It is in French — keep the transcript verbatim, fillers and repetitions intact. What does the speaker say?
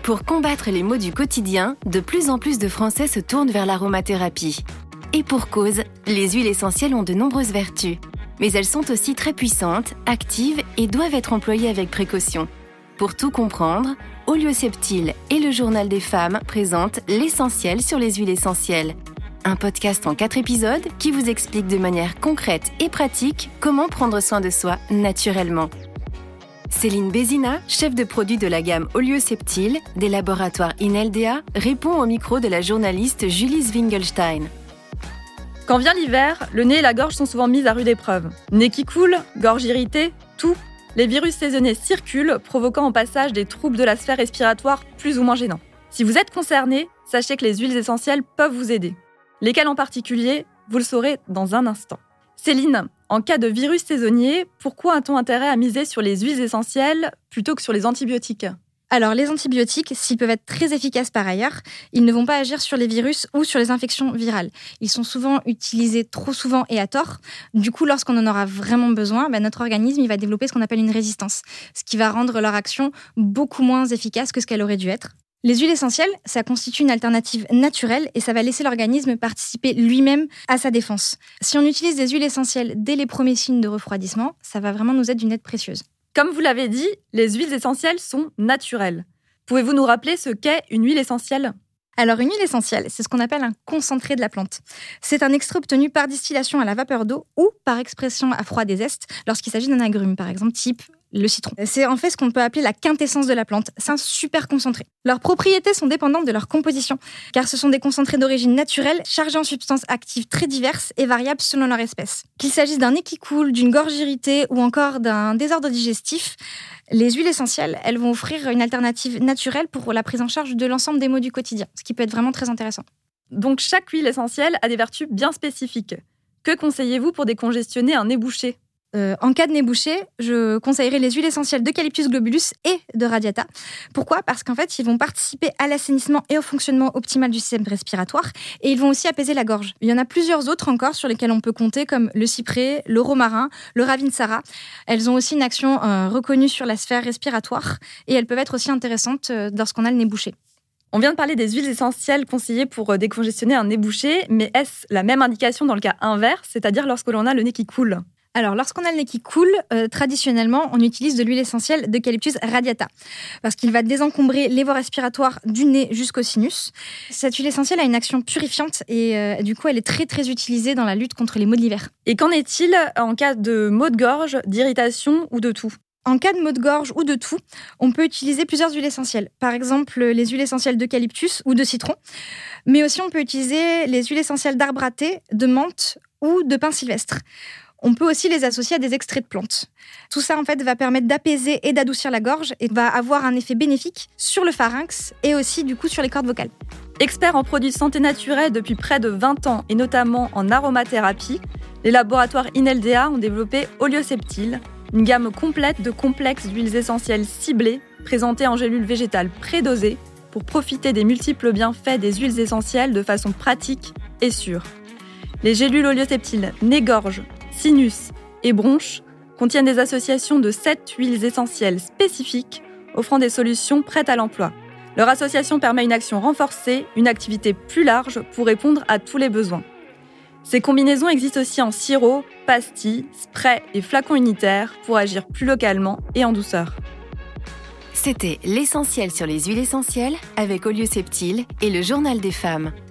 Pour combattre les maux du quotidien, de plus en plus de Français se tournent vers l'aromathérapie. Et pour cause, les huiles essentielles ont de nombreuses vertus. Mais elles sont aussi très puissantes, actives et doivent être employées avec précaution. Pour tout comprendre, Olioseptile et le Journal des femmes présentent l'essentiel sur les huiles essentielles. Un podcast en quatre épisodes qui vous explique de manière concrète et pratique comment prendre soin de soi naturellement. Céline Bézina, chef de produit de la gamme Olioseptile des laboratoires Inelda, répond au micro de la journaliste Julie Zwingelstein. Quand vient l'hiver, le nez et la gorge sont souvent mis à rude épreuve. Nez qui coule, gorge irritée, tout. Les virus saisonniers circulent, provoquant au passage des troubles de la sphère respiratoire plus ou moins gênants. Si vous êtes concerné, sachez que les huiles essentielles peuvent vous aider. Lesquelles en particulier, vous le saurez dans un instant. Céline, en cas de virus saisonnier, pourquoi a-t-on intérêt à miser sur les huiles essentielles plutôt que sur les antibiotiques ? Alors, les antibiotiques, s'ils peuvent être très efficaces par ailleurs, ils ne vont pas agir sur les virus ou sur les infections virales. Ils sont souvent utilisés trop souvent et à tort. Du coup, lorsqu'on en aura vraiment besoin, bah, notre organisme il va développer ce qu'on appelle une résistance, ce qui va rendre leur action beaucoup moins efficace que ce qu'elle aurait dû être. Les huiles essentielles, ça constitue une alternative naturelle et ça va laisser l'organisme participer lui-même à sa défense. Si on utilise des huiles essentielles dès les premiers signes de refroidissement, ça va vraiment nous être d'une aide précieuse. Comme vous l'avez dit, les huiles essentielles sont naturelles. Pouvez-vous nous rappeler ce qu'est une huile essentielle ? Alors, une huile essentielle, c'est ce qu'on appelle un concentré de la plante. C'est un extrait obtenu par distillation à la vapeur d'eau ou par expression à froid des zestes lorsqu'il s'agit d'un agrume, par exemple, type le citron. C'est en fait ce qu'on peut appeler la quintessence de la plante. C'est un super concentré. Leurs propriétés sont dépendantes de leur composition, car ce sont des concentrés d'origine naturelle, chargés en substances actives très diverses et variables selon leur espèce. Qu'il s'agisse d'un nez qui coule, d'une gorge irritée ou encore d'un désordre digestif, les huiles essentielles, elles vont offrir une alternative naturelle pour la prise en charge de l'ensemble des maux du quotidien, ce qui peut être vraiment très intéressant. Donc chaque huile essentielle a des vertus bien spécifiques. Que conseillez-vous pour décongestionner un nez bouché ? Euh, en cas de nez bouché, je conseillerais les huiles essentielles d'Eucalyptus globulus et de Radiata. Pourquoi ? Parce qu'en fait, ils vont participer à l'assainissement et au fonctionnement optimal du système respiratoire et ils vont aussi apaiser la gorge. Il y en a plusieurs autres encore sur lesquels on peut compter comme le cyprès, le romarin, le ravintsara. Elles ont aussi une action euh, reconnue sur la sphère respiratoire et elles peuvent être aussi intéressantes euh, lorsqu'on a le nez bouché. On vient de parler des huiles essentielles conseillées pour décongestionner un nez bouché, mais est-ce la même indication dans le cas inverse, c'est-à-dire lorsque l'on a le nez qui coule ? Alors, lorsqu'on a le nez qui coule, euh, traditionnellement, on utilise de l'huile essentielle d'Eucalyptus radiata parce qu'il va désencombrer les voies respiratoires du nez jusqu'au sinus. Cette huile essentielle a une action purifiante et euh, du coup, elle est très, très utilisée dans la lutte contre les maux de l'hiver. Et qu'en est-il en cas de maux de gorge, d'irritation ou de toux ? En cas de maux de gorge ou de toux, on peut utiliser plusieurs huiles essentielles. Par exemple, les huiles essentielles d'eucalyptus ou de citron. Mais aussi, on peut utiliser les huiles essentielles d'arbre à thé, de menthe ou de pin sylvestre. On peut aussi les associer à des extraits de plantes. Tout ça, en fait, va permettre d'apaiser et d'adoucir la gorge et va avoir un effet bénéfique sur le pharynx et aussi, du coup, sur les cordes vocales. Experts en produits de santé naturelle depuis près de vingt ans et notamment en aromathérapie, les laboratoires Inelda ont développé Olioseptile, une gamme complète de complexes d'huiles essentielles ciblées, présentées en gélules végétales prédosées pour profiter des multiples bienfaits des huiles essentielles de façon pratique et sûre. Les gélules Olioseptile nez-gorge, sinus et bronches contiennent des associations de sept huiles essentielles spécifiques offrant des solutions prêtes à l'emploi. Leur association permet une action renforcée, une activité plus large pour répondre à tous les besoins. Ces combinaisons existent aussi en sirop, pastilles, sprays et flacons unitaires pour agir plus localement et en douceur. C'était l'essentiel sur les huiles essentielles avec Olioseptile et le Journal des femmes.